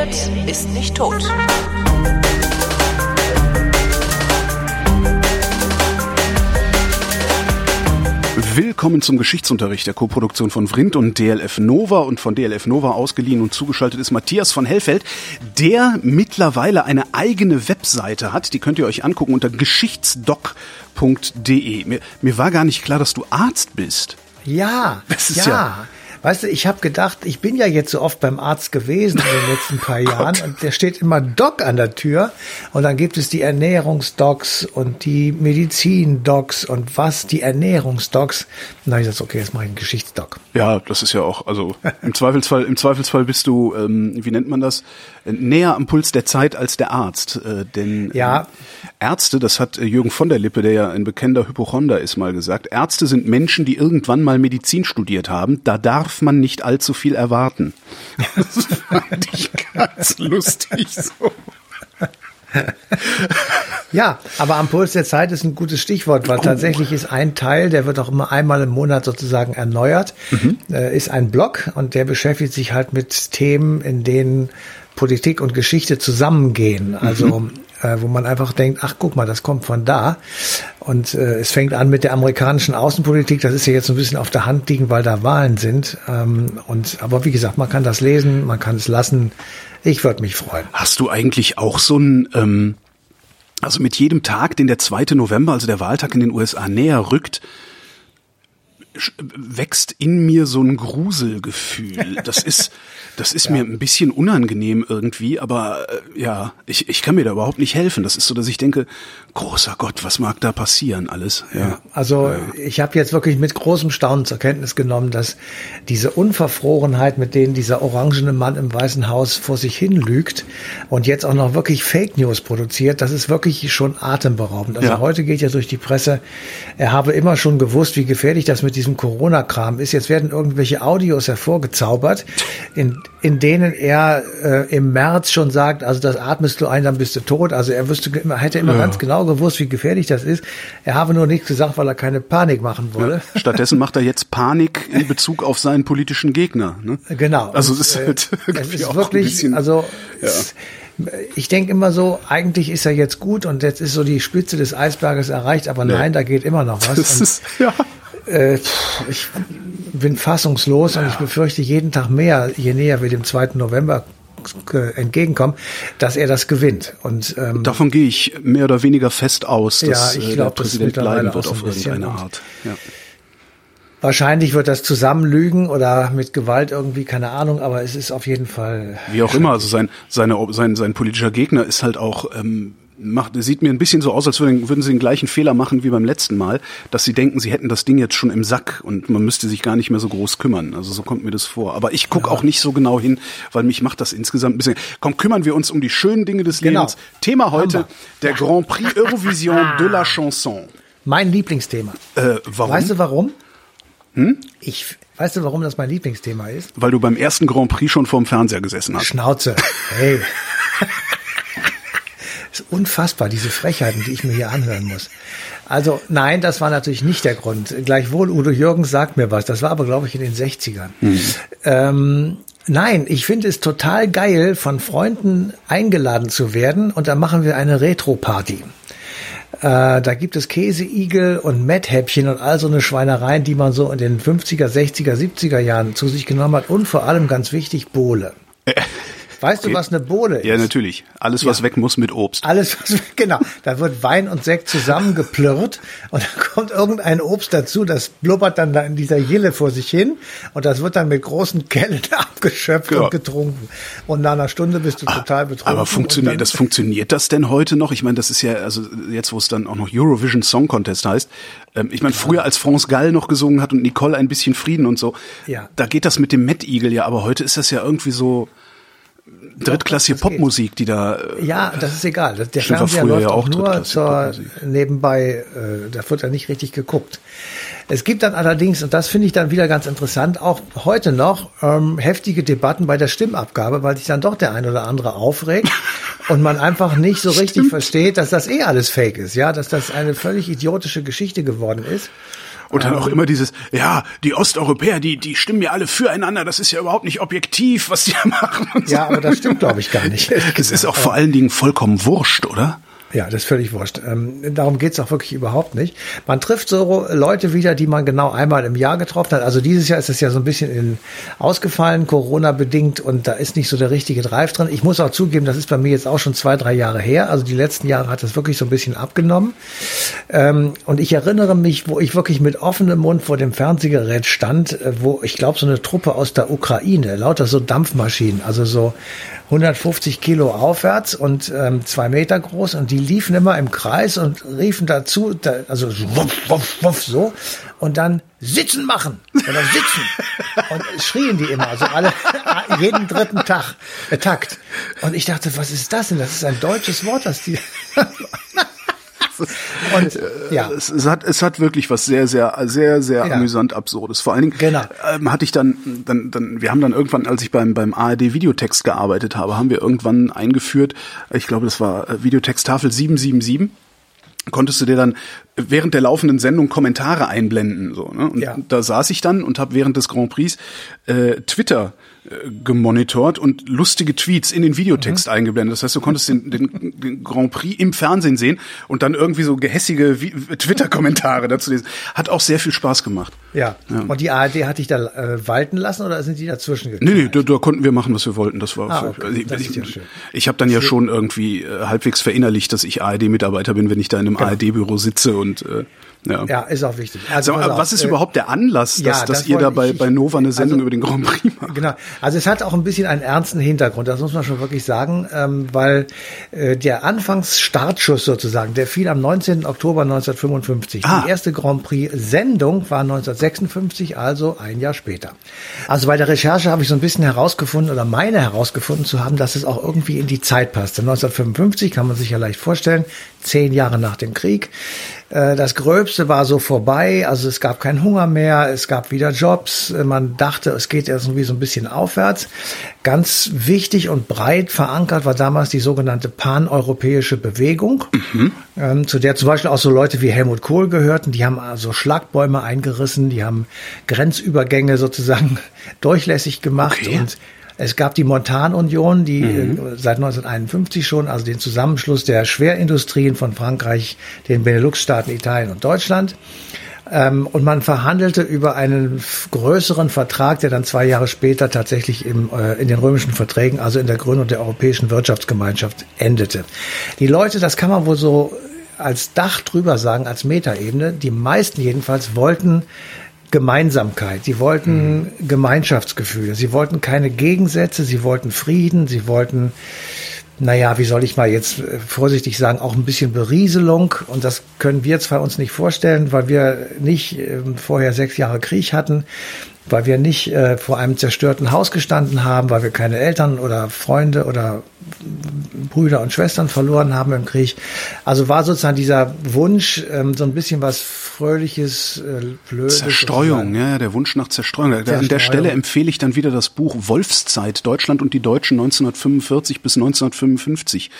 Internet ist nicht tot. Willkommen zum Geschichtsunterricht der Koproduktion von Vrindt und DLF Nova, und von DLF Nova ausgeliehen und zugeschaltet ist Matthias von Hellfeld, der mittlerweile eine eigene Webseite hat, die könnt ihr euch angucken unter geschichtsdoc.de. Mir war gar nicht klar, dass du Arzt bist. Ja, das ist ja. Weißt du, ich habe gedacht, ich bin ja jetzt so oft beim Arzt gewesen in den letzten paar Jahren und der steht immer Doc an der Tür und dann gibt es die Ernährungsdocs und die Medizindocs und was, die Ernährungsdocs. Und dann habe ich gesagt, okay, jetzt mache ich einen Geschichtsdoc. Ja, das ist ja auch, also im Zweifelsfall bist du, wie nennt man das, näher am Puls der Zeit als der Arzt. Denn ja. Ärzte, das hat Jürgen von der Lippe, der ja ein bekannter Hypochonder ist, mal gesagt, Ärzte sind Menschen, die irgendwann mal Medizin studiert haben. Da darf man nicht allzu viel erwarten. Das fand ich ganz lustig so. Ja, aber am Puls der Zeit ist ein gutes Stichwort, weil tatsächlich ist ein Teil, der wird auch immer einmal im Monat sozusagen erneuert, ist ein Blog und der beschäftigt sich halt mit Themen, in denen Politik und Geschichte zusammengehen. Also wo man einfach denkt, ach guck mal, das kommt von da. Und es fängt an mit der amerikanischen Außenpolitik. Das ist ja jetzt ein bisschen auf der Hand liegen, weil da Wahlen sind. Aber wie gesagt, man kann das lesen, man kann es lassen. Ich würde mich freuen. Hast du eigentlich auch so ein, also mit jedem Tag, den der 2. November, also der Wahltag in den USA näher rückt, wächst in mir so ein Gruselgefühl. Das ist mir ein bisschen unangenehm irgendwie, aber ja, ich kann mir da überhaupt nicht helfen. Das ist so, dass ich denke, großer Gott, was mag da passieren alles? Ja. Also ich habe jetzt wirklich mit großem Staunen zur Kenntnis genommen, dass diese Unverfrorenheit, mit denen dieser orangene Mann im Weißen Haus vor sich hin lügt und jetzt auch noch wirklich Fake News produziert, das ist wirklich schon atemberaubend. Also heute geht ja durch die Presse, er habe immer schon gewusst, wie gefährlich das mit diesem Corona-Kram ist. Jetzt werden irgendwelche Audios hervorgezaubert, in denen er im März schon sagt, also das atmest du ein, dann bist du tot. Also er hätte immer ganz genau gewusst, wie gefährlich das ist. Er habe nur nichts gesagt, weil er keine Panik machen wolle. Ja, stattdessen macht er jetzt Panik in Bezug auf seinen politischen Gegner. Ne? Genau. Also es ist halt es ist wirklich, ich denke immer so, eigentlich ist er jetzt gut und jetzt ist so die Spitze des Eisberges erreicht, aber nein, da geht immer noch was. Ich bin fassungslos und ich befürchte jeden Tag mehr, je näher wir dem 2. November entgegenkommen, dass er das gewinnt. Und davon gehe ich mehr oder weniger fest aus, dass ich glaub, der Präsident bleiben wird auf irgendeine Art. Ja. Wahrscheinlich wird das Zusammenlügen oder mit Gewalt irgendwie, keine Ahnung, aber es ist auf jeden Fall... Wie auch immer, also sein politischer Gegner ist halt auch... sieht mir ein bisschen so aus, als würden sie den gleichen Fehler machen wie beim letzten Mal, dass sie denken, sie hätten das Ding jetzt schon im Sack und man müsste sich gar nicht mehr so groß kümmern. Also so kommt mir das vor. Aber ich gucke auch nicht so genau hin, weil mich macht das insgesamt ein bisschen... Komm, kümmern wir uns um die schönen Dinge des Lebens. Thema heute, der Grand Prix Eurovision de la Chanson. Mein Lieblingsthema. Warum? Weißt du warum? Weißt du, warum das mein Lieblingsthema ist? Weil du beim ersten Grand Prix schon vorm Fernseher gesessen hast. Schnauze. Hey. Ist unfassbar, diese Frechheiten, die ich mir hier anhören muss. Also nein, das war natürlich nicht der Grund. Gleichwohl, Udo Jürgens sagt mir was. Das war aber, glaube ich, in den 60ern. Nein, ich finde es total geil, von Freunden eingeladen zu werden und dann machen wir eine Retro-Party. Da gibt es Käseigel und Metthäppchen und all so eine Schweinereien, die man so in den 50er, 60er, 70er Jahren zu sich genommen hat und vor allem ganz wichtig, Bowle. Weißt du, was eine Bowle ist? Ja, natürlich. Alles, was weg muss mit Obst. Genau. Da wird Wein und Sekt zusammengeplirrt und dann kommt irgendein Obst dazu, das blubbert dann da in dieser Jille vor sich hin und das wird dann mit großen Kellen abgeschöpft und getrunken. Und nach einer Stunde bist du total betrunken. Aber funktioniert das denn heute noch? Ich meine, das ist ja, also jetzt, wo es dann auch noch Eurovision Song Contest heißt, ich meine, früher als France Gall noch gesungen hat und Nicole ein bisschen Frieden und so, da geht das mit dem Mettigel ja, aber heute ist das ja irgendwie so drittklassige Popmusik, die da... Ja, das ist egal. Der Fernseher läuft auch nur nebenbei, da wird ja nicht richtig geguckt. Es gibt dann allerdings, und das finde ich dann wieder ganz interessant, auch heute noch heftige Debatten bei der Stimmabgabe, weil sich dann doch der ein oder andere aufregt und man einfach nicht so richtig versteht, dass das alles Fake ist, ja, dass das eine völlig idiotische Geschichte geworden ist. Und dann auch immer dieses, ja, die Osteuropäer, die stimmen ja alle füreinander, das ist ja überhaupt nicht objektiv, was die da machen. Und so. Ja, aber das stimmt, glaube ich, gar nicht. Es ist auch vor allen Dingen vollkommen wurscht, oder? Ja, das ist völlig wurscht. Darum geht's auch wirklich überhaupt nicht. Man trifft so Leute wieder, die man genau einmal im Jahr getroffen hat. Also dieses Jahr ist es ja so ein bisschen ausgefallen, Corona-bedingt, und da ist nicht so der richtige Drive drin. Ich muss auch zugeben, das ist bei mir jetzt auch schon 2-3 Jahre her. Also die letzten Jahre hat das wirklich so ein bisschen abgenommen. Und ich erinnere mich, wo ich wirklich mit offenem Mund vor dem Fernsehgerät stand, wo ich glaube, so eine Truppe aus der Ukraine, lauter so Dampfmaschinen, also so 150 Kilo aufwärts und 2 Meter groß, und die liefen immer im Kreis und riefen dazu, also wuff, wuff, wuff, so, und dann sitzen machen oder sitzen und schrien die immer, also alle jeden dritten Takt. Und ich dachte, was ist das denn? Das ist ein deutsches Wort, das die Und ja, es hat wirklich was sehr, sehr, sehr, sehr amüsant Absurdes. Vor allen Dingen hatte ich dann, wir haben dann irgendwann, als ich beim ARD Videotext gearbeitet habe, haben wir irgendwann eingeführt, ich glaube, das war Videotexttafel 777. Konntest du dir dann während der laufenden Sendung Kommentare einblenden, so, ne? Und da saß ich dann und habe während des Grand Prix Twitter gemonitort und lustige Tweets in den Videotext eingeblendet. Das heißt, du konntest den Grand Prix im Fernsehen sehen und dann irgendwie so gehässige Twitter-Kommentare dazu lesen. Hat auch sehr viel Spaß gemacht. Ja. Und die ARD hat dich da walten lassen oder sind die dazwischen gekommen? Nee, da konnten wir machen, was wir wollten. Das war okay. Das ist ja schön. Ich habe dann ja schon irgendwie halbwegs verinnerlicht, dass ich ARD-Mitarbeiter bin, wenn ich da in einem ARD-Büro sitze und ja, ist auch wichtig. Also, was ist überhaupt der Anlass, dass ihr da bei Nova eine Sendung über den Grand Prix macht? Genau. Also es hat auch ein bisschen einen ernsten Hintergrund, das muss man schon wirklich sagen, weil der Anfangsstartschuss sozusagen, der fiel am 19. Oktober 1955. Die erste Grand Prix-Sendung war 1956, also ein Jahr später. Also bei der Recherche habe ich so ein bisschen herausgefunden zu haben, dass es auch irgendwie in die Zeit passte. 1955 kann man sich ja leicht vorstellen, 10 Jahre nach dem Krieg. Das Gröbste war so vorbei, also es gab keinen Hunger mehr, es gab wieder Jobs, man dachte, es geht irgendwie so ein bisschen aufwärts. Ganz wichtig und breit verankert war damals die sogenannte paneuropäische Bewegung, zu der zum Beispiel auch so Leute wie Helmut Kohl gehörten, die haben also Schlagbäume eingerissen, die haben Grenzübergänge sozusagen durchlässig gemacht und es gab die Montanunion, die seit 1951 schon, also den Zusammenschluss der Schwerindustrien von Frankreich, den Benelux-Staaten, Italien und Deutschland. Und man verhandelte über einen größeren Vertrag, der dann 2 Jahre später tatsächlich in den römischen Verträgen, also in der Gründung der Europäischen Wirtschaftsgemeinschaft, endete. Die Leute, das kann man wohl so als Dach drüber sagen, als Metaebene, die meisten jedenfalls wollten Gemeinsamkeit, sie wollten Gemeinschaftsgefühle, sie wollten keine Gegensätze, sie wollten Frieden, sie wollten, wie soll ich mal jetzt vorsichtig sagen, auch ein bisschen Berieselung, und das können wir zwar uns nicht vorstellen, weil wir nicht vorher 6 Jahre Krieg hatten, weil wir nicht vor einem zerstörten Haus gestanden haben, weil wir keine Eltern oder Freunde oder Brüder und Schwestern verloren haben im Krieg. Also war sozusagen dieser Wunsch, so ein bisschen was Fröhliches, Blödes. Zerstreuung, der Wunsch nach Zerstreuung. An der Stelle empfehle ich dann wieder das Buch Wolfszeit, Deutschland und die Deutschen 1945 bis 1955,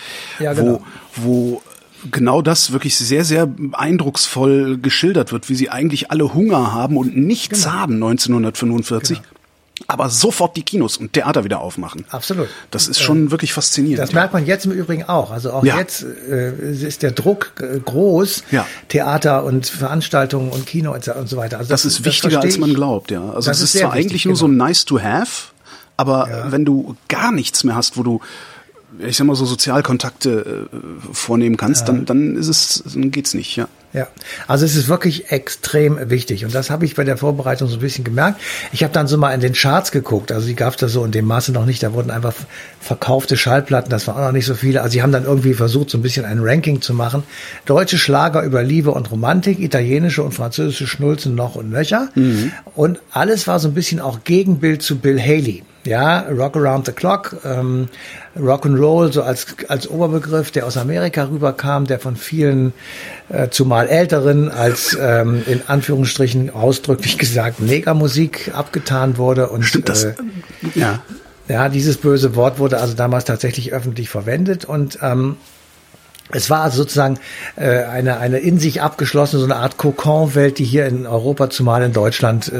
wo genau das wirklich sehr, sehr eindrucksvoll geschildert wird, wie sie eigentlich alle Hunger haben und nichts haben 1945. Aber sofort die Kinos und Theater wieder aufmachen. Absolut. Das ist schon wirklich faszinierend. Das merkt man jetzt im Übrigen auch. Also auch jetzt ist der Druck groß, Theater und Veranstaltungen und Kino und so weiter. Also das ist wichtiger, als man glaubt, ja. Also es ist zwar eigentlich nur so nice to have, aber wenn du gar nichts mehr hast, wo du, ich sag mal, so Sozialkontakte vornehmen kannst, dann geht's nicht, Ja, also es ist wirklich extrem wichtig, und das habe ich bei der Vorbereitung so ein bisschen gemerkt. Ich habe dann so mal in den Charts geguckt, also die gab es da so in dem Maße noch nicht, da wurden einfach verkaufte Schallplatten, das waren auch noch nicht so viele, also sie haben dann irgendwie versucht, so ein bisschen ein Ranking zu machen. Deutsche Schlager über Liebe und Romantik, italienische und französische Schnulzen noch und nöcher, und alles war so ein bisschen auch Gegenbild zu Bill Haley. Ja, Rock Around the Clock, Rock'n'Roll so als Oberbegriff, der aus Amerika rüberkam, der von vielen, zumal Älteren, als in Anführungsstrichen ausdrücklich gesagt Negermusik abgetan wurde. Und stimmt das? Ja, dieses böse Wort wurde also damals tatsächlich öffentlich verwendet, und Es war also sozusagen eine in sich abgeschlossene, so eine Art Kokon-Welt, die hier in Europa, zumal in Deutschland,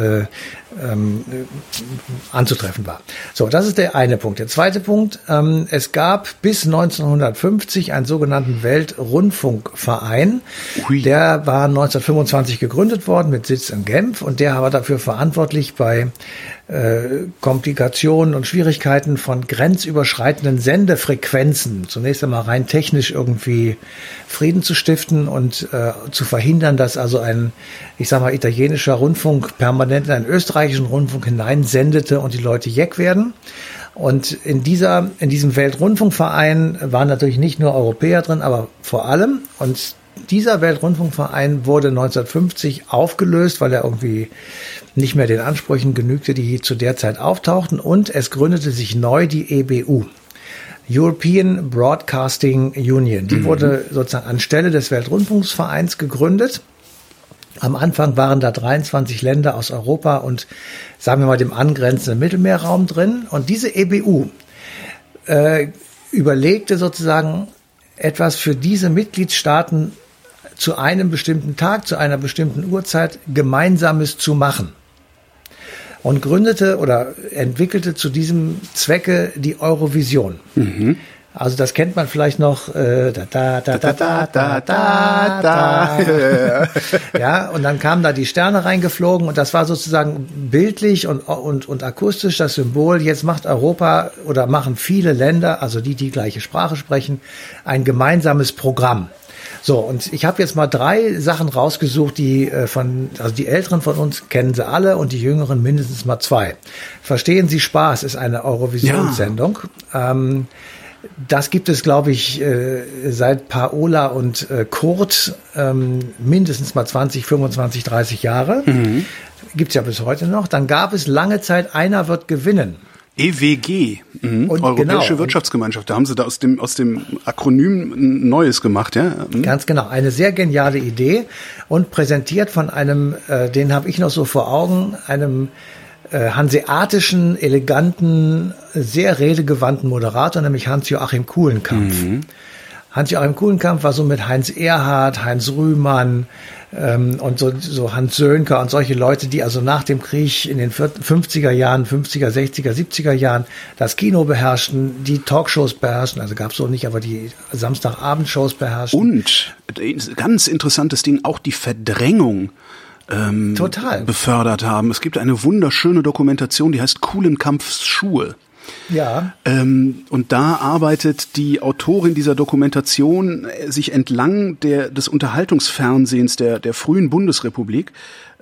anzutreffen war. So, das ist der eine Punkt. Der zweite Punkt, es gab bis 1950 einen sogenannten Weltrundfunkverein. Ui. Der war 1925 gegründet worden mit Sitz in Genf und der war dafür verantwortlich, bei Komplikationen und Schwierigkeiten von grenzüberschreitenden Sendefrequenzen zunächst einmal rein technisch irgendwie Frieden zu stiften und zu verhindern, dass also ein, ich sag mal, italienischer Rundfunk permanent in einen österreichischen Rundfunk hineinsendete und die Leute jeck werden. Und in diesem Weltrundfunkverein waren natürlich nicht nur Europäer drin, aber vor allem, und dieser Weltrundfunkverein wurde 1950 aufgelöst, weil er irgendwie nicht mehr den Ansprüchen genügte, die zu der Zeit auftauchten. Und es gründete sich neu die EBU, European Broadcasting Union. Die wurde sozusagen anstelle des Weltrundfunksvereins gegründet. Am Anfang waren da 23 Länder aus Europa und, sagen wir mal, dem angrenzenden Mittelmeerraum drin. Und diese EBU überlegte sozusagen etwas für diese Mitgliedstaaten zu einem bestimmten Tag, zu einer bestimmten Uhrzeit Gemeinsames zu machen. Und gründete oder entwickelte zu diesem Zwecke die Eurovision. Mhm. Also das kennt man vielleicht noch. Ja, und dann kamen da die Sterne reingeflogen und das war sozusagen bildlich und akustisch das Symbol. Jetzt macht Europa oder machen viele Länder, also die gleiche Sprache sprechen, ein gemeinsames Programm. So, und ich habe jetzt mal 3 Sachen rausgesucht, also die Älteren von uns kennen sie alle und die Jüngeren mindestens mal 2. Verstehen Sie Spaß ist eine Eurovisionssendung. Ja. Das gibt es, glaube ich, seit Paola und Kurt mindestens mal 20, 25, 30 Jahre. Mhm. Gibt's ja bis heute noch. Dann gab es lange Zeit Einer wird gewinnen. EWG, Europäische Wirtschaftsgemeinschaft. Da haben sie da aus dem Akronym ein Neues gemacht, ja? Mhm. Ganz genau. Eine sehr geniale Idee und präsentiert von einem, den habe ich noch so vor Augen, einem hanseatischen, eleganten, sehr redegewandten Moderator, nämlich Hans-Joachim Kulenkampff. Mhm. Hans-Joachim Kulenkampff war so mit Heinz Erhardt, Heinz Rühmann und so Hans Sönker und solche Leute, die also nach dem Krieg in den 50er Jahren, 50er, 60er, 70er Jahren das Kino beherrschten, die Talkshows beherrschten, also gab's so nicht, aber die Samstagabendshows beherrschten. Und, ganz interessantes Ding, auch die Verdrängung total befördert haben. Es gibt eine wunderschöne Dokumentation, die heißt Kulenkampffs Schuhe. Ja. Und da arbeitet die Autorin dieser Dokumentation sich entlang des Unterhaltungsfernsehens der frühen Bundesrepublik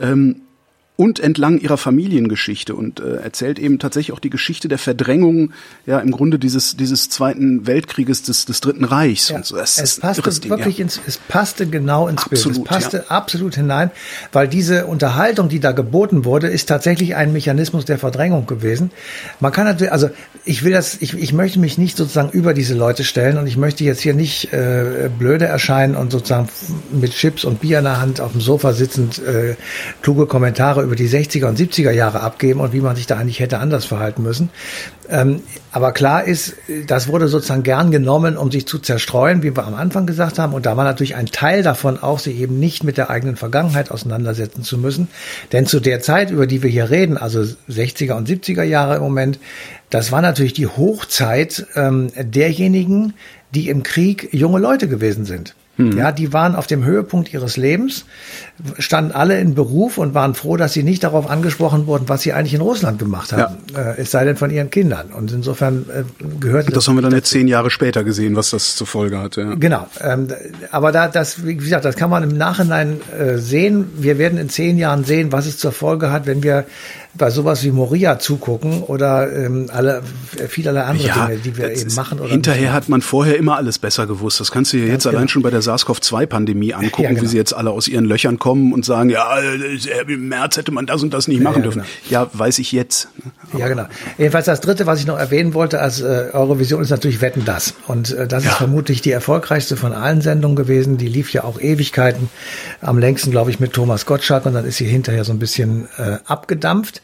und entlang ihrer Familiengeschichte und erzählt eben tatsächlich auch die Geschichte der Verdrängung, ja, im Grunde dieses Zweiten Weltkrieges des Dritten Reichs. Ja, und so. Es passte wirklich es passte genau ins Bild. Es passte absolut hinein, weil diese Unterhaltung, die da geboten wurde, ist tatsächlich ein Mechanismus der Verdrängung gewesen. Man kann natürlich, also ich möchte mich nicht sozusagen über diese Leute stellen und ich möchte jetzt hier nicht blöde erscheinen und sozusagen mit Chips und Bier in der Hand auf dem Sofa sitzend kluge Kommentare über die 60er und 70er Jahre abgeben und wie man sich da eigentlich hätte anders verhalten müssen. Aber klar ist, das wurde sozusagen gern genommen, um sich zu zerstreuen, wie wir am Anfang gesagt haben. Und da war natürlich ein Teil davon auch, sich eben nicht mit der eigenen Vergangenheit auseinandersetzen zu müssen. Denn zu der Zeit, über die wir hier reden, also 60er und 70er Jahre im Moment, das war natürlich die Hochzeit derjenigen, die im Krieg junge Leute gewesen sind. Ja, die waren auf dem Höhepunkt ihres Lebens, standen alle in Beruf und waren froh, dass sie nicht darauf angesprochen wurden, was sie eigentlich in Russland gemacht haben. Ja. Es sei denn von ihren Kindern. Und insofern gehört das haben wir dann jetzt 10 Jahre später gesehen, was das zur Folge hatte. Ja. Genau. Aber wie gesagt, das kann man im Nachhinein sehen. Wir werden in 10 Jahren sehen, was es zur Folge hat, wenn wir bei sowas wie Moria zugucken oder vielerlei andere Dinge, die wir eben machen. Oder hinterher hat man vorher immer alles besser gewusst. Das kannst du dir jetzt allein schon bei der SARS-CoV-2-Pandemie angucken, ja, genau. Wie sie jetzt alle aus ihren Löchern kommen und sagen, ja, im März hätte man das und das nicht machen dürfen. Genau. Ja, weiß ich jetzt. Aber ja, genau. Jedenfalls das Dritte, was ich noch erwähnen wollte als Eurovision, ist natürlich Wetten, dass. Und das ist vermutlich die erfolgreichste von allen Sendungen gewesen. Die lief ja auch Ewigkeiten. Am längsten, glaube ich, mit Thomas Gottschalk und dann ist sie hinterher so ein bisschen abgedampft.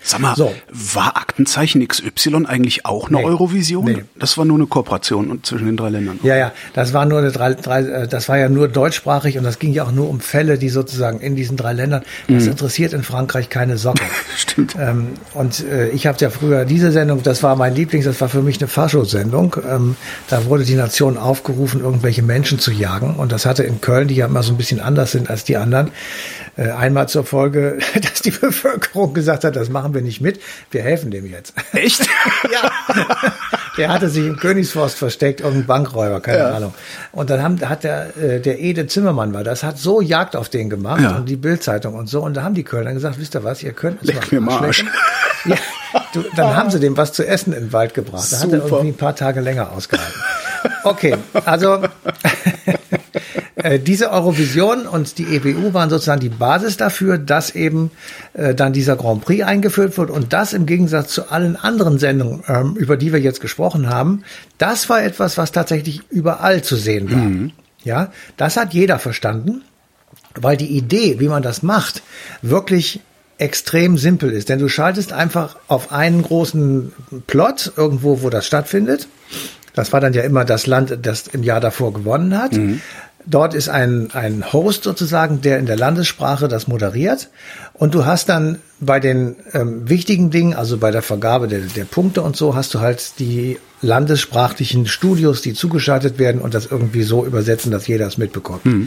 Sag mal, war Aktenzeichen XY eigentlich auch eine Eurovision? Nee. Das war nur eine Kooperation zwischen den 3 Ländern. Ja, das war nur das war ja nur deutschsprachig und das ging ja auch nur um Fälle, die sozusagen in diesen 3 Ländern, das interessiert in Frankreich keine Socke. Stimmt. Ich habe ja früher diese Sendung, das war mein Lieblings, das war für mich eine Fascho-Sendung. Da wurde die Nation aufgerufen, irgendwelche Menschen zu jagen und das hatte in Köln, die ja immer so ein bisschen anders sind als die anderen, einmal zur Folge, dass die Bevölkerung gesagt hat, das machen wir nicht mit, wir helfen dem jetzt. Echt? Ja. Der hatte sich im Königsforst versteckt, irgendein Bankräuber, keine Ahnung. Und dann hat der Ede Zimmermann hat so Jagd auf den gemacht und die Bild-Zeitung und so. Und da haben die Kölner gesagt, wisst ihr was, ihr könnt uns mal Arsch. Ja, dann haben sie dem was zu essen in den Wald gebracht. Da hat er irgendwie ein paar Tage länger ausgehalten. Okay, also diese Eurovision und die EBU waren sozusagen die Basis dafür, dass eben dann dieser Grand Prix eingeführt wird und das im Gegensatz zu allen anderen Sendungen, über die wir jetzt gesprochen haben, das war etwas, was tatsächlich überall zu sehen war. Mhm. Ja, das hat jeder verstanden, weil die Idee, wie man das macht, wirklich extrem simpel ist. Denn du schaltest einfach auf einen großen Plot irgendwo, wo das stattfindet. Das war dann ja immer das Land, das im Jahr davor gewonnen hat. Mhm. Dort ist ein Host sozusagen, der in der Landessprache das moderiert. Und du hast dann bei den wichtigen Dingen, also bei der Vergabe der Punkte und so, hast du halt die landessprachlichen Studios, die zugeschaltet werden und das irgendwie so übersetzen, dass jeder es mitbekommt. Mhm.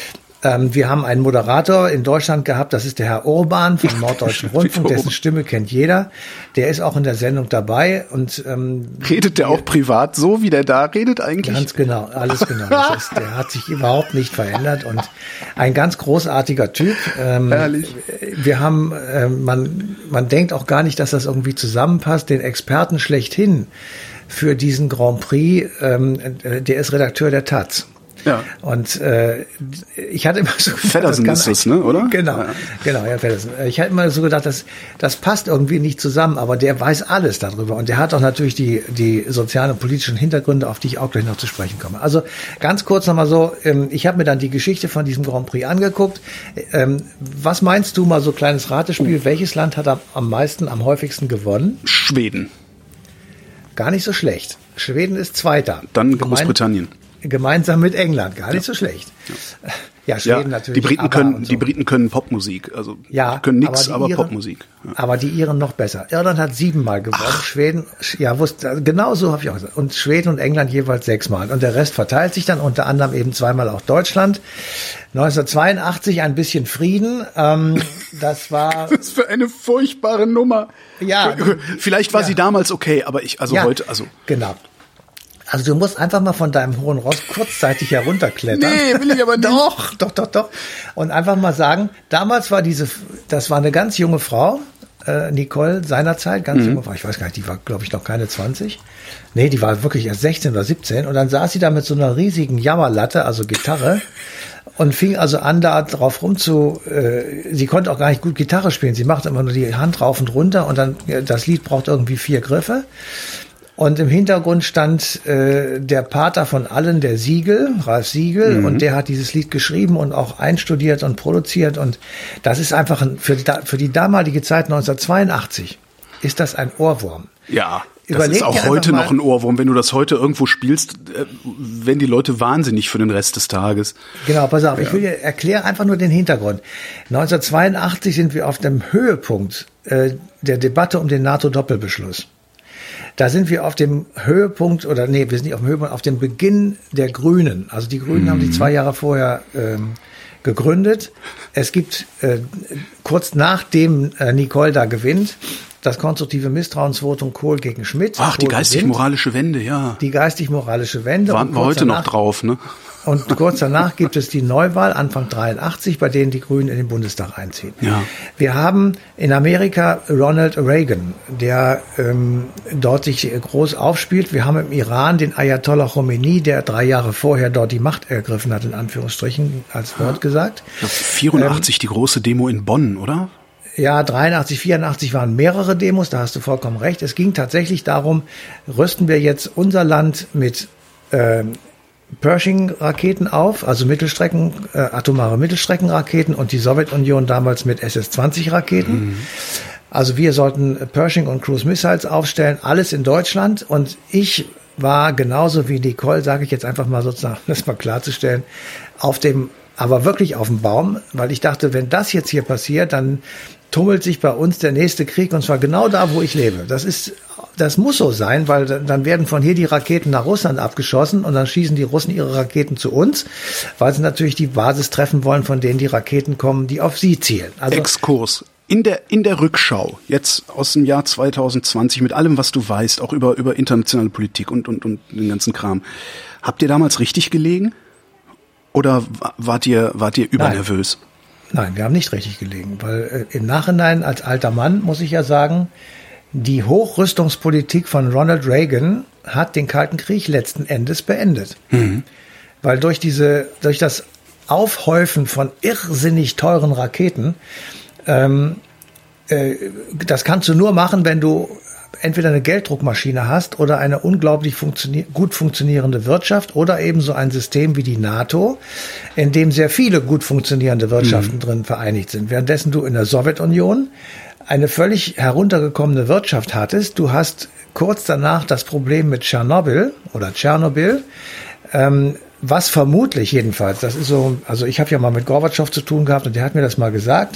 Wir haben einen Moderator in Deutschland gehabt, das ist der Herr Urban vom Norddeutschen Rundfunk, dessen Stimme kennt jeder. Der ist auch in der Sendung dabei. Und redet der auch privat so, wie der da redet eigentlich? Ganz genau, alles genau. Der hat sich überhaupt nicht verändert und ein ganz großartiger Typ. Herrlich. Wir haben, man denkt auch gar nicht, dass das irgendwie zusammenpasst, den Experten schlechthin für diesen Grand Prix, der ist Redakteur der Taz. Ja. Und ich hatte immer so gedacht, Feddersen ist das, ne, oder? Genau, ja, Feddersen. Ich hatte immer so gedacht, das passt irgendwie nicht zusammen, aber der weiß alles darüber und der hat auch natürlich die sozialen und politischen Hintergründe, auf die ich auch gleich noch zu sprechen komme. Also ganz kurz nochmal so, ich habe mir dann die Geschichte von diesem Grand Prix angeguckt. Was meinst du, mal so kleines Ratespiel, welches Land hat am häufigsten gewonnen? Schweden. Gar nicht so schlecht. Schweden ist Zweiter. Dann Großbritannien. Gemeinsam mit England, gar nicht so schlecht. Ja, Schweden natürlich. Die Briten können Popmusik, also können nichts, aber Popmusik. Ja. Aber die Iren noch besser. Irland hat 7-mal gewonnen, Schweden, genau so habe ich auch gesagt. Und Schweden und England jeweils 6-mal. Und der Rest verteilt sich dann, unter anderem eben 2-mal auch Deutschland. 1982 ein bisschen Frieden. Das war. Das ist für eine furchtbare Nummer. Ja. Vielleicht war sie damals okay, aber heute. Genau. Also du musst einfach mal von deinem hohen Ross kurzzeitig herunterklettern. Nee, will ich aber nicht. Doch. Und einfach mal sagen, damals war das war eine ganz junge Frau, Nicole seinerzeit, ganz junge Frau. Ich weiß gar nicht, die war, glaube ich, noch keine 20. Nee, die war wirklich erst 16 oder 17. Und dann saß sie da mit so einer riesigen Jammerlatte, also Gitarre, und fing also an, da drauf sie konnte auch gar nicht gut Gitarre spielen. Sie macht immer nur die Hand rauf und runter und dann, das Lied braucht irgendwie 4 Griffe. Und im Hintergrund stand der Pater von allen, der Ralf Siegel, und der hat dieses Lied geschrieben und auch einstudiert und produziert. Und das ist einfach für die damalige Zeit 1982 ist das ein Ohrwurm. Ja, das ist auch heute noch ein Ohrwurm. Wenn du das heute irgendwo spielst, werden die Leute wahnsinnig für den Rest des Tages. Genau, pass auf, ich will dir erklären einfach nur den Hintergrund. 1982 sind wir auf dem Höhepunkt der Debatte um den NATO-Doppelbeschluss. Da sind wir auf dem Höhepunkt, wir sind nicht auf dem Höhepunkt, auf dem Beginn der Grünen. Also die Grünen haben die 2 Jahre vorher gegründet. Es gibt kurz nachdem Nicole da gewinnt, das konstruktive Misstrauensvotum Kohl gegen Schmidt. Ach, die geistig-moralische Wende, ja. Die geistig-moralische Wende. Warten wir heute noch drauf, ne? Und kurz danach gibt es die Neuwahl, Anfang 83, bei denen die Grünen in den Bundestag einziehen. Ja. Wir haben in Amerika Ronald Reagan, der dort sich groß aufspielt. Wir haben im Iran den Ayatollah Khomeini, der 3 Jahre vorher dort die Macht ergriffen hat, in Anführungsstrichen, als Wort gesagt. 84 die große Demo in Bonn, oder? Ja, 83, 84 waren mehrere Demos, da hast du vollkommen recht. Es ging tatsächlich darum, rüsten wir jetzt unser Land mit Pershing-Raketen auf, also atomare Mittelstreckenraketen und die Sowjetunion damals mit SS-20-Raketen. Also wir sollten Pershing und Cruise Missiles aufstellen, alles in Deutschland. Und ich war genauso wie Nicole, sage ich jetzt einfach mal sozusagen, das mal klarzustellen, aber wirklich auf dem Baum, weil ich dachte, wenn das jetzt hier passiert, dann tummelt sich bei uns der nächste Krieg, und zwar genau da, wo ich lebe. Das muss so sein, weil dann werden von hier die Raketen nach Russland abgeschossen und dann schießen die Russen ihre Raketen zu uns, weil sie natürlich die Basis treffen wollen, von denen die Raketen kommen, die auf sie zielen. Also Exkurs. In der Rückschau, jetzt aus dem Jahr 2020, mit allem, was du weißt, auch über internationale Politik und den ganzen Kram, habt ihr damals richtig gelegen? Oder wart ihr übernervös? Nein, wir haben nicht richtig gelegen, weil im Nachhinein als alter Mann muss ich ja sagen, die Hochrüstungspolitik von Ronald Reagan hat den Kalten Krieg letzten Endes beendet. Mhm. Weil durch das Aufhäufen von irrsinnig teuren Raketen, das kannst du nur machen, wenn du entweder eine Gelddruckmaschine hast oder eine unglaublich gut funktionierende Wirtschaft oder eben so ein System wie die NATO, in dem sehr viele gut funktionierende Wirtschaften drin vereinigt sind. Währenddessen du in der Sowjetunion eine völlig heruntergekommene Wirtschaft hattest. Du hast kurz danach das Problem mit Tschernobyl, was vermutlich jedenfalls, das ist so, also ich habe ja mal mit Gorbatschow zu tun gehabt und der hat mir das mal gesagt,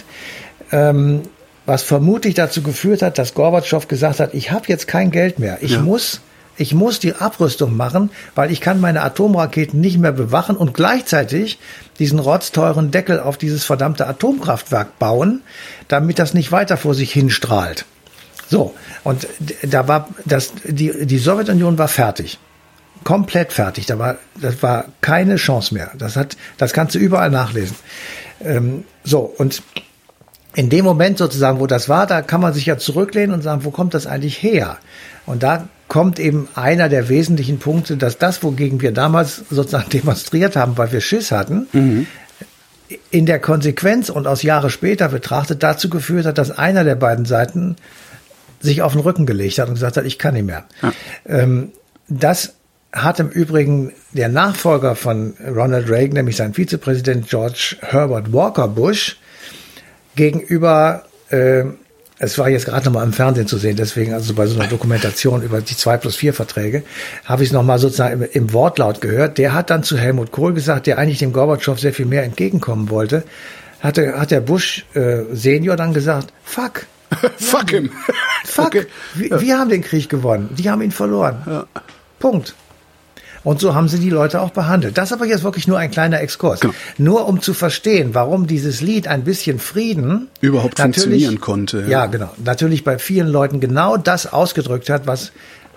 was vermutlich dazu geführt hat, dass Gorbatschow gesagt hat, ich habe jetzt kein Geld mehr, ich muss die Abrüstung machen, weil ich kann meine Atomraketen nicht mehr bewachen und gleichzeitig diesen rotzteuren Deckel auf dieses verdammte Atomkraftwerk bauen, damit das nicht weiter vor sich hin strahlt. So, und da war die Sowjetunion war fertig. Komplett fertig. Das war keine Chance mehr. Das kannst du überall nachlesen. So, und in dem Moment sozusagen, wo das war, da kann man sich ja zurücklehnen und sagen, wo kommt das eigentlich her? Und da kommt eben einer der wesentlichen Punkte, dass das, wogegen wir damals sozusagen demonstriert haben, weil wir Schiss hatten, in der Konsequenz und aus Jahre später betrachtet dazu geführt hat, dass einer der beiden Seiten sich auf den Rücken gelegt hat und gesagt hat, ich kann nicht mehr. Ja. Das hat im Übrigen der Nachfolger von Ronald Reagan, nämlich sein Vizepräsident George Herbert Walker Bush, gegenüber, es war jetzt gerade nochmal im Fernsehen zu sehen, deswegen also bei so einer Dokumentation über die 2+4 Verträge, habe ich es nochmal sozusagen im Wortlaut gehört. Der hat dann zu Helmut Kohl gesagt, der eigentlich dem Gorbatschow sehr viel mehr entgegenkommen wollte, hat der Bush Senior dann gesagt, fuck. Fuck him. Fuck. Okay. Wir haben den Krieg gewonnen, die haben ihn verloren. Ja. Punkt. Und so haben sie die Leute auch behandelt. Das ist aber jetzt wirklich nur ein kleiner Exkurs. Genau. Nur um zu verstehen, warum dieses Lied ein bisschen Frieden überhaupt funktionieren konnte. Ja, genau. Natürlich bei vielen Leuten genau das ausgedrückt hat, was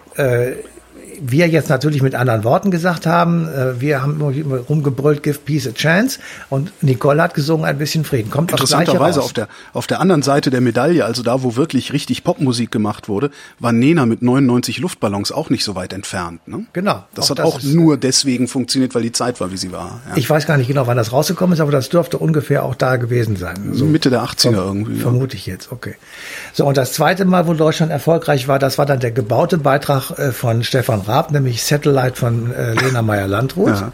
wir jetzt natürlich mit anderen Worten gesagt haben. Wir haben immer rumgebrüllt, give peace a chance. Und Nicole hat gesungen, ein bisschen Frieden. Kommt interessanterweise auf der anderen Seite der Medaille, also da, wo wirklich richtig Popmusik gemacht wurde, war Nena mit 99 Luftballons auch nicht so weit entfernt. Ne? Genau. Das hat auch nur deswegen funktioniert, weil die Zeit war, wie sie war. Ja. Ich weiß gar nicht genau, wann das rausgekommen ist, aber das dürfte ungefähr auch da gewesen sein. So Mitte der 80er irgendwie. Vermute ich jetzt, okay. So, und das zweite Mal, wo Deutschland erfolgreich war, das war dann der gebaute Beitrag von Stefan Raab, nämlich Satellite von Lena Meyer-Landrut. Ja.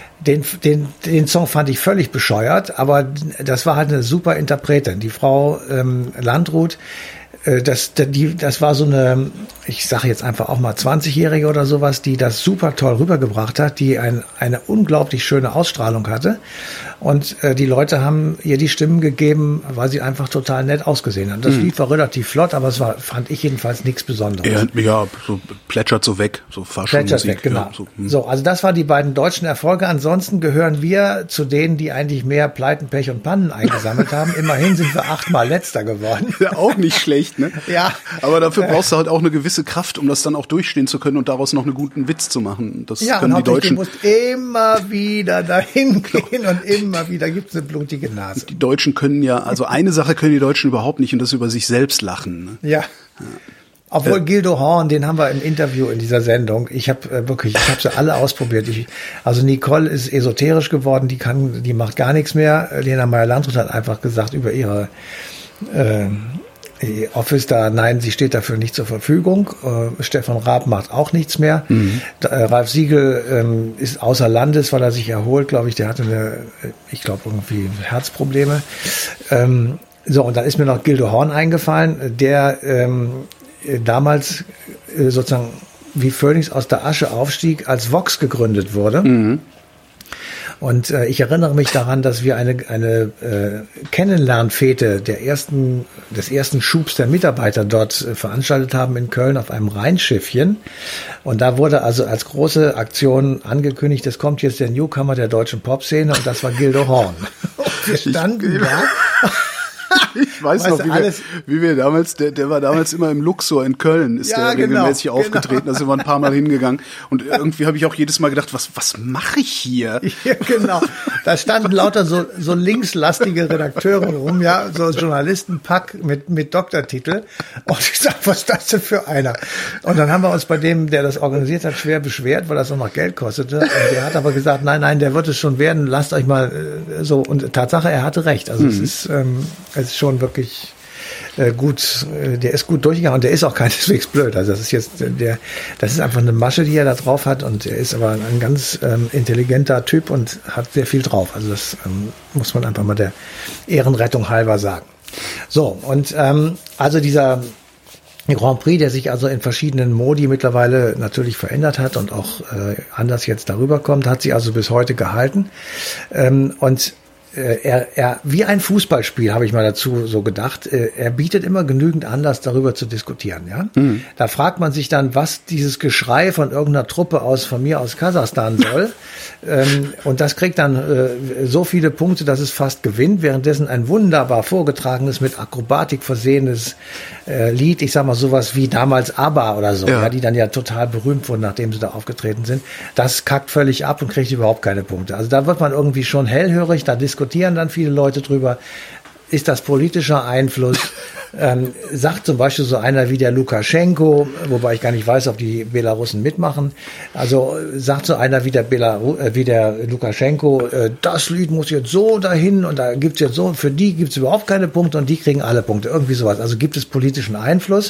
Den Song fand ich völlig bescheuert, aber das war halt eine super Interpretin. Die Frau Landrut, das war so eine, ich sage jetzt einfach auch mal 20-Jährige oder sowas, die das super toll rübergebracht hat, die eine unglaublich schöne Ausstrahlung hatte. Und die Leute haben ihr die Stimmen gegeben, weil sie einfach total nett ausgesehen haben. Das Lied war relativ flott, aber es war, fand ich jedenfalls nichts Besonderes. Ja, so plätschert so weg, so Plätschert weg, genau. Ja, so, also das waren die beiden deutschen Erfolge. Ansonsten gehören wir zu denen, die eigentlich mehr Pleiten, Pech und Pannen eingesammelt haben. Immerhin sind wir 8-mal Letzter geworden. Ja, auch nicht schlecht, ne? Ja. Aber dafür brauchst du halt auch eine gewisse Kraft, um das dann auch durchstehen zu können und daraus noch einen guten Witz zu machen. Das können die Deutschen. Du musst immer wieder dahin gehen und immer wieder gibt's eine blutige Nase. Die Deutschen können ja, also eine Sache können die Deutschen überhaupt nicht und das über sich selbst lachen. Ne? Ja. Obwohl Gildo Horn, den haben wir im Interview in dieser Sendung. Ich habe sie alle ausprobiert. Also Nicole ist esoterisch geworden, die macht gar nichts mehr. Lena Meyer-Landrut hat einfach gesagt über ihre Office da, nein, sie steht dafür nicht zur Verfügung. Stefan Raab macht auch nichts mehr. Ralf Siegel ist außer Landes, weil er sich erholt, glaube ich. Der hatte irgendwie Herzprobleme. So, und dann ist mir noch Gildo Horn eingefallen, der damals sozusagen wie Phönix aus der Asche aufstieg, als Vox gegründet wurde. Mhm. Und ich erinnere mich daran, dass wir eine Kennenlernfete des ersten Schubs der Mitarbeiter dort veranstaltet haben in Köln auf einem Rheinschiffchen. Und da wurde also als große Aktion angekündigt, es kommt jetzt der Newcomer der deutschen Popszene, und das war Gildo Horn. Und wir standen da. Ich weiß noch, wie wir damals, der war damals immer im Luxor in Köln, ist der regelmäßig aufgetreten, da sind wir ein paar Mal hingegangen, und irgendwie habe ich auch jedes Mal gedacht, was mache ich hier? Ja, genau. Da standen lauter so linkslastige Redakteure rum, ja, so Journalistenpack mit Doktortitel, und ich sag, was ist das denn für einer? Und dann haben wir uns bei dem, der das organisiert hat, schwer beschwert, weil das auch noch Geld kostete, und der hat aber gesagt, nein, der wird es schon werden, lasst euch mal so, und Tatsache, er hatte recht, also es ist schon wirklich gut, der ist gut durchgegangen, und der ist auch keineswegs blöd. Also das ist jetzt das ist einfach eine Masche, die er da drauf hat, und er ist aber ein ganz intelligenter Typ und hat sehr viel drauf. Also das muss man einfach mal der Ehrenrettung halber sagen. So, und also dieser Grand Prix, der sich also in verschiedenen Modi mittlerweile natürlich verändert hat und auch anders jetzt darüber kommt, hat sich also bis heute gehalten. Und er wie ein Fußballspiel, habe ich mal dazu so gedacht, er bietet immer genügend Anlass, darüber zu diskutieren. Ja? Mhm. Da fragt man sich dann, was dieses Geschrei von irgendeiner Truppe von mir aus Kasachstan soll. Und das kriegt dann so viele Punkte, dass es fast gewinnt, währenddessen ein wunderbar vorgetragenes, mit Akrobatik versehenes Lied, ich sag mal sowas wie damals ABBA oder so, ja, die dann ja total berühmt wurden, nachdem sie da aufgetreten sind, das kackt völlig ab und kriegt überhaupt keine Punkte. Also da wird man irgendwie schon hellhörig, da diskutieren dann viele Leute drüber, ist das politischer Einfluss? Sagt zum Beispiel so einer wie der Lukaschenko, wobei ich gar nicht weiß, ob die Belarussen mitmachen, also sagt so einer wie der Lukaschenko, das Lied muss jetzt so dahin, und da gibt's jetzt so, für die gibt's überhaupt keine Punkte und die kriegen alle Punkte, irgendwie sowas. Also gibt es politischen Einfluss.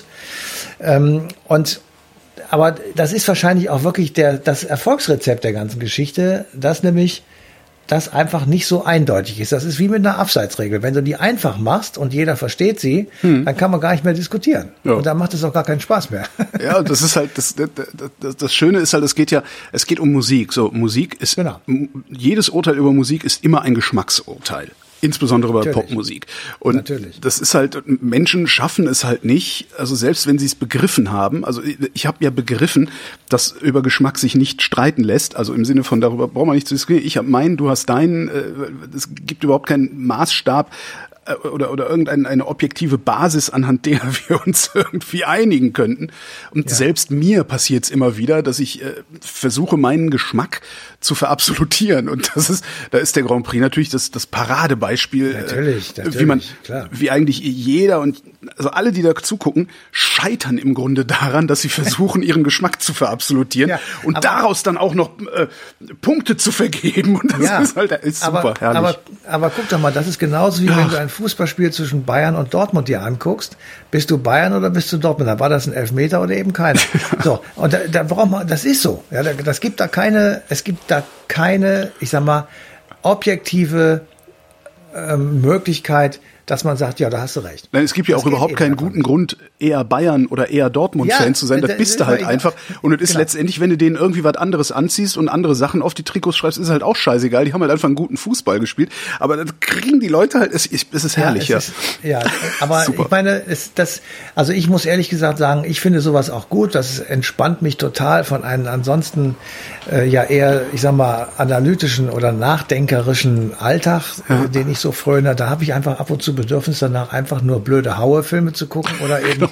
Aber das ist wahrscheinlich auch wirklich das Erfolgsrezept der ganzen Geschichte, dass nämlich das einfach nicht so eindeutig ist. Das ist wie mit einer Abseitsregel. Wenn du die einfach machst und jeder versteht sie, dann kann man gar nicht mehr diskutieren. Ja. Und dann macht es auch gar keinen Spaß mehr. Ja, das ist halt, das Schöne ist halt, es geht um Musik. So, Musik ist, genau. Jedes Urteil über Musik ist immer ein Geschmacksurteil. Insbesondere bei Popmusik. Und natürlich. Das ist halt, Menschen schaffen es halt nicht, also selbst wenn sie es begriffen haben, also ich habe ja begriffen, dass über Geschmack sich nicht streiten lässt, also im Sinne von, darüber brauchen wir nicht zu diskutieren, ich habe meinen, du hast deinen, es gibt überhaupt keinen Maßstab oder irgendeine objektive Basis, anhand der wir uns irgendwie einigen könnten. Und selbst mir passiert es immer wieder, dass ich versuche, meinen Geschmack zu verabsolutieren. Und da ist der Grand Prix natürlich das Paradebeispiel, natürlich, wie eigentlich jeder und also alle, die da zugucken, scheitern im Grunde daran, dass sie versuchen, ihren Geschmack zu verabsolutieren und daraus dann auch noch Punkte zu vergeben. Und das ist super herrlich. Aber guck doch mal, das ist genauso wie wenn du ein Fußballspiel zwischen Bayern und Dortmund dir anguckst. Bist du Bayern oder bist du Dortmund? Da war das ein Elfmeter oder eben keiner. So, und da braucht man, das ist so. Ja, es gibt da keine, ich sag mal, objektive Möglichkeit, dass man sagt, ja, da hast du recht. Nein, es gibt ja auch überhaupt keinen guten Grund, eher Bayern oder eher Dortmund-Fan zu sein. Das bist du halt einfach. Und es ist letztendlich, wenn du denen irgendwie was anderes anziehst und andere Sachen auf die Trikots schreibst, ist halt auch scheißegal. Die haben halt einfach einen guten Fußball gespielt. Aber das kriegen die Leute halt, es ist herrlich, Aber super. Ich meine, also ich muss ehrlich gesagt sagen, ich finde sowas auch gut. Das entspannt mich total von einem ansonsten eher, ich sag mal, analytischen oder nachdenkerischen Alltag, den ich so fröne. Da habe ich einfach ab und zu Bedürfnis danach, einfach nur blöde Hauer-Filme zu gucken oder eben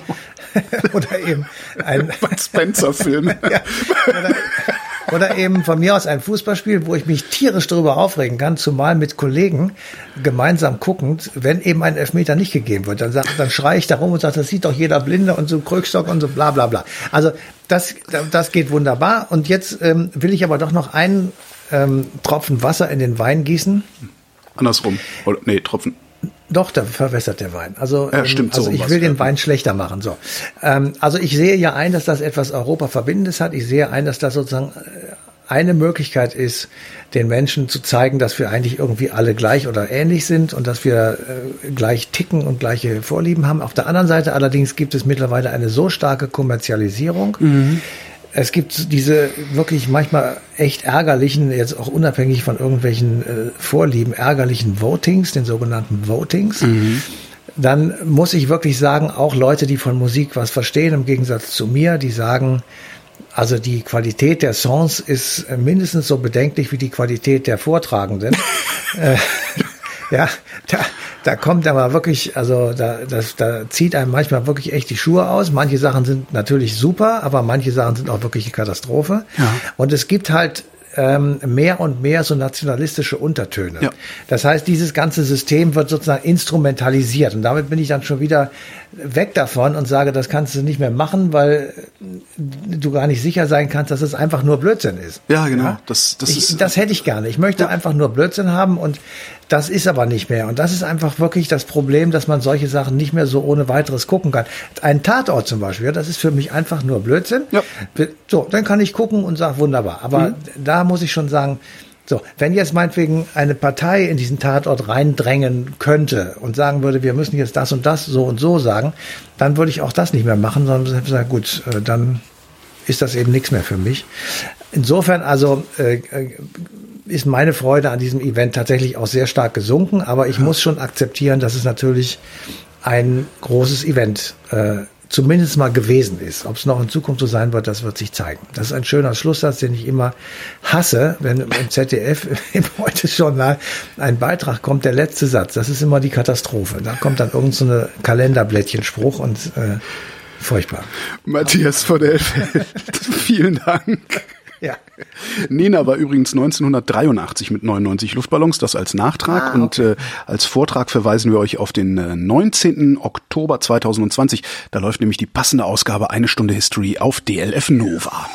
ein Spencer-Film. Oder eben von mir aus ein Fußballspiel, wo ich mich tierisch darüber aufregen kann, zumal mit Kollegen gemeinsam guckend, wenn eben ein Elfmeter nicht gegeben wird. Dann schreie ich da rum und sage, das sieht doch jeder Blinde und so Krückstock und so bla bla bla. Also das geht wunderbar. Und jetzt will ich aber doch noch einen Tropfen Wasser in den Wein gießen. Andersrum. Tropfen. Doch, da verwässert der Wein. Also, stimmt, also ich will den Wein schlechter machen. So, also ich sehe ja ein, dass das etwas Europa-Verbindendes hat. Ich sehe ein, dass das sozusagen eine Möglichkeit ist, den Menschen zu zeigen, dass wir eigentlich irgendwie alle gleich oder ähnlich sind und dass wir gleich ticken und gleiche Vorlieben haben. Auf der anderen Seite allerdings gibt es mittlerweile eine so starke Kommerzialisierung. Es gibt diese wirklich manchmal echt ärgerlichen, jetzt auch unabhängig von irgendwelchen Vorlieben, ärgerlichen Votings, den sogenannten Votings. Dann muss ich wirklich sagen, auch Leute, die von Musik was verstehen, im Gegensatz zu mir, die sagen, also die Qualität der Songs ist mindestens so bedenklich wie die Qualität der Vortragenden. Ja, da kommt aber wirklich, also da zieht einem manchmal wirklich echt die Schuhe aus. Manche Sachen sind natürlich super, aber manche Sachen sind auch wirklich eine Katastrophe. Ja. Und es gibt halt mehr und mehr so nationalistische Untertöne. Ja. Das heißt, dieses ganze System wird sozusagen instrumentalisiert. Und damit bin ich dann schon wieder weg davon und sage, das kannst du nicht mehr machen, weil du gar nicht sicher sein kannst, dass es einfach nur Blödsinn ist. Ja, genau. Ja? Das hätte ich gerne. Ich möchte einfach nur Blödsinn haben und das ist aber nicht mehr. Und das ist einfach wirklich das Problem, dass man solche Sachen nicht mehr so ohne weiteres gucken kann. Ein Tatort zum Beispiel, das ist für mich einfach nur Blödsinn. Ja. So, dann kann ich gucken und sage, wunderbar. Aber da muss ich schon sagen, so, wenn jetzt meinetwegen eine Partei in diesen Tatort reindrängen könnte und sagen würde, wir müssen jetzt das und das so und so sagen, dann würde ich auch das nicht mehr machen, sondern sagen, gut, dann ist das eben nichts mehr für mich. Insofern also ist meine Freude an diesem Event tatsächlich auch sehr stark gesunken, aber ich muss schon akzeptieren, dass es natürlich ein großes Event zumindest mal gewesen ist. Ob es noch in Zukunft so sein wird, das wird sich zeigen. Das ist ein schöner Schlusssatz, den ich immer hasse, wenn im ZDF im Heute-Journal ein Beitrag kommt, der letzte Satz. Das ist immer die Katastrophe. Da kommt dann irgend so eine Kalenderblättchenspruch und furchtbar. Matthias von der Elfeld, vielen Dank. Ja. Nena war übrigens 1983 mit 99 Luftballons, das als Nachtrag. Okay. Und als Vortrag verweisen wir euch auf den 19. Oktober 2020. Da läuft nämlich die passende Ausgabe 1 Stunde History auf DLF Nova.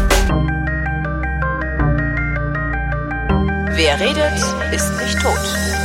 Wer redet, ist nicht tot.